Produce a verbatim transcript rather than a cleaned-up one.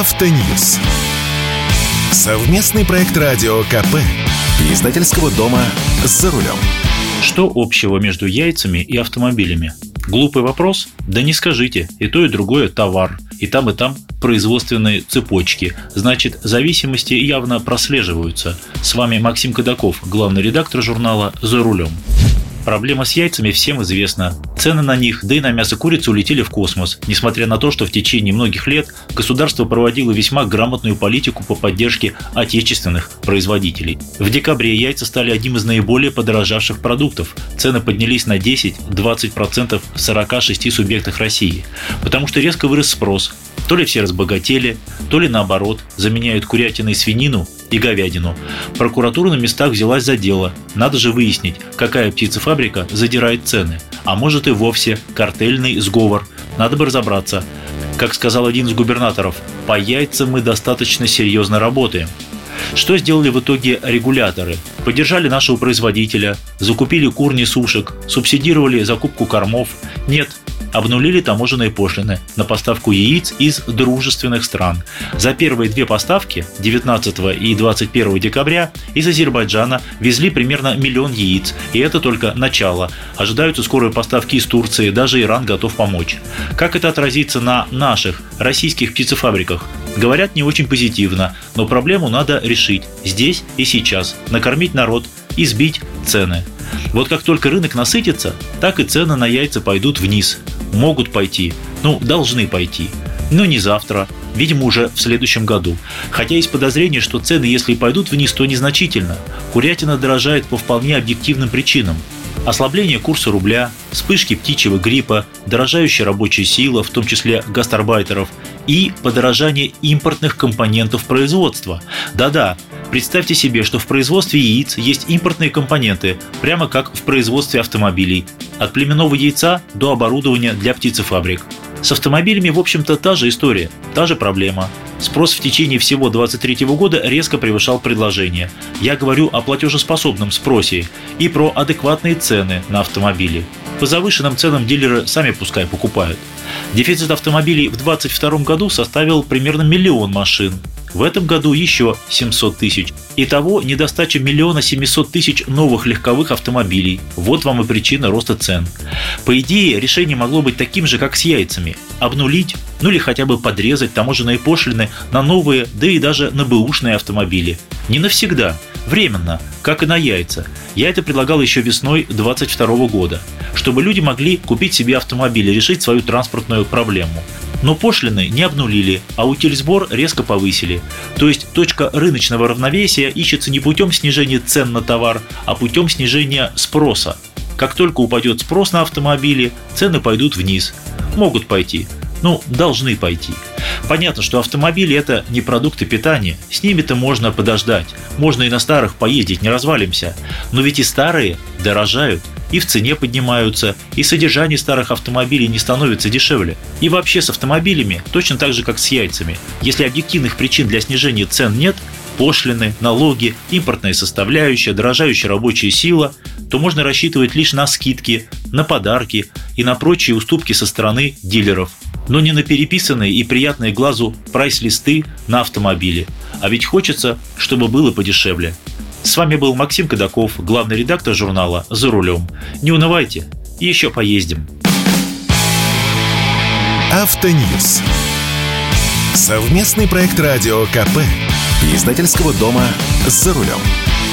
Автоньюз. Совместный проект радио КП и издательского дома «За рулем». Что общего между яйцами и автомобилями? Глупый вопрос? Да не скажите. И то, и другое товар. И там, и там производственные цепочки. Значит, зависимости явно прослеживаются. С вами Максим Кадаков, главный редактор журнала «За рулем». Проблема с яйцами всем известна. Цены на них, да и на мясо курицы улетели в космос, несмотря на то, что в течение многих лет государство проводило весьма грамотную политику по поддержке отечественных производителей. В декабре яйца стали одним из наиболее подорожавших продуктов. Цены поднялись на десять-двадцать процентов в сорока шести субъектах России, потому что резко вырос спрос. То ли все разбогатели, то ли наоборот, заменяют курятиной свинину и говядину. Прокуратура на местах взялась за дело. Надо же выяснить, какая птицефабрика задирает цены. А может и вовсе картельный сговор. Надо бы разобраться. Как сказал один из губернаторов, по яйцам мы достаточно серьезно работаем. Что сделали в итоге регуляторы? Поддержали нашего производителя, закупили кур несушек, субсидировали закупку кормов? Нет. Обнулили таможенные пошлины на поставку яиц из дружественных стран. За первые две поставки, девятнадцатого и двадцать первого декабря, из Азербайджана везли примерно миллион яиц. И это только начало. Ожидаются скорые поставки из Турции, даже Иран готов помочь. Как это отразится на наших, российских птицефабриках? Говорят, не очень позитивно, но проблему надо решить здесь и сейчас, накормить народ и сбить цены. Вот как только рынок насытится, так и цены на яйца пойдут вниз. Могут пойти, ну, должны пойти. Но не завтра, видимо, уже в следующем году. Хотя есть подозрение, что цены, если и пойдут вниз, то незначительно. Курятина дорожает по вполне объективным причинам. Ослабление курса рубля, вспышки птичьего гриппа, дорожающая рабочая сила, в том числе гастарбайтеров, и подорожание импортных компонентов производства. Да-да, представьте себе, что в производстве яиц есть импортные компоненты, прямо как в производстве автомобилей. От племенного яйца до оборудования для птицефабрик. С автомобилями, в общем-то, та же история, та же проблема. Спрос в течение всего двадцать третьего года резко превышал предложение. Я говорю о платежеспособном спросе и про адекватные цены на автомобили. По завышенным ценам дилеры сами пускай покупают. Дефицит автомобилей в двадцать втором году составил примерно миллион машин. В этом году еще семьсот тысяч. Итого недостача миллиона семьсот тысяч новых легковых автомобилей. Вот вам и причина роста цен. По идее, решение могло быть таким же, как с яйцами. Обнулить, ну или хотя бы подрезать таможенные пошлины на новые, да и даже на бэушные автомобили. Не навсегда, временно, как и на яйца. Я это предлагал еще весной двадцать второго года, чтобы люди могли купить себе автомобиль и решить свою транспортную проблему. Но пошлины не обнулили, а утильсбор резко повысили. То есть точка рыночного равновесия ищется не путем снижения цен на товар, а путем снижения спроса. Как только упадет спрос на автомобили, цены пойдут вниз. Могут пойти. Ну, должны пойти. Понятно, что автомобили – это не продукты питания. С ними-то можно подождать. Можно и на старых поездить, не развалимся. Но ведь и старые дорожают. И в цене поднимаются, и содержание старых автомобилей не становится дешевле. И вообще с автомобилями точно так же, как с яйцами. Если объективных причин для снижения цен нет, пошлины, налоги, импортная составляющая, дорожающая рабочая сила, то можно рассчитывать лишь на скидки, на подарки и на прочие уступки со стороны дилеров. Но не на переписанные и приятные глазу прайс-листы на автомобили. А ведь хочется, чтобы было подешевле. С вами был Максим Кадаков, главный редактор журнала «За рулем». Не унывайте, еще поездим. Автоньюз. Совместный проект радио КП и издательского дома «За рулем».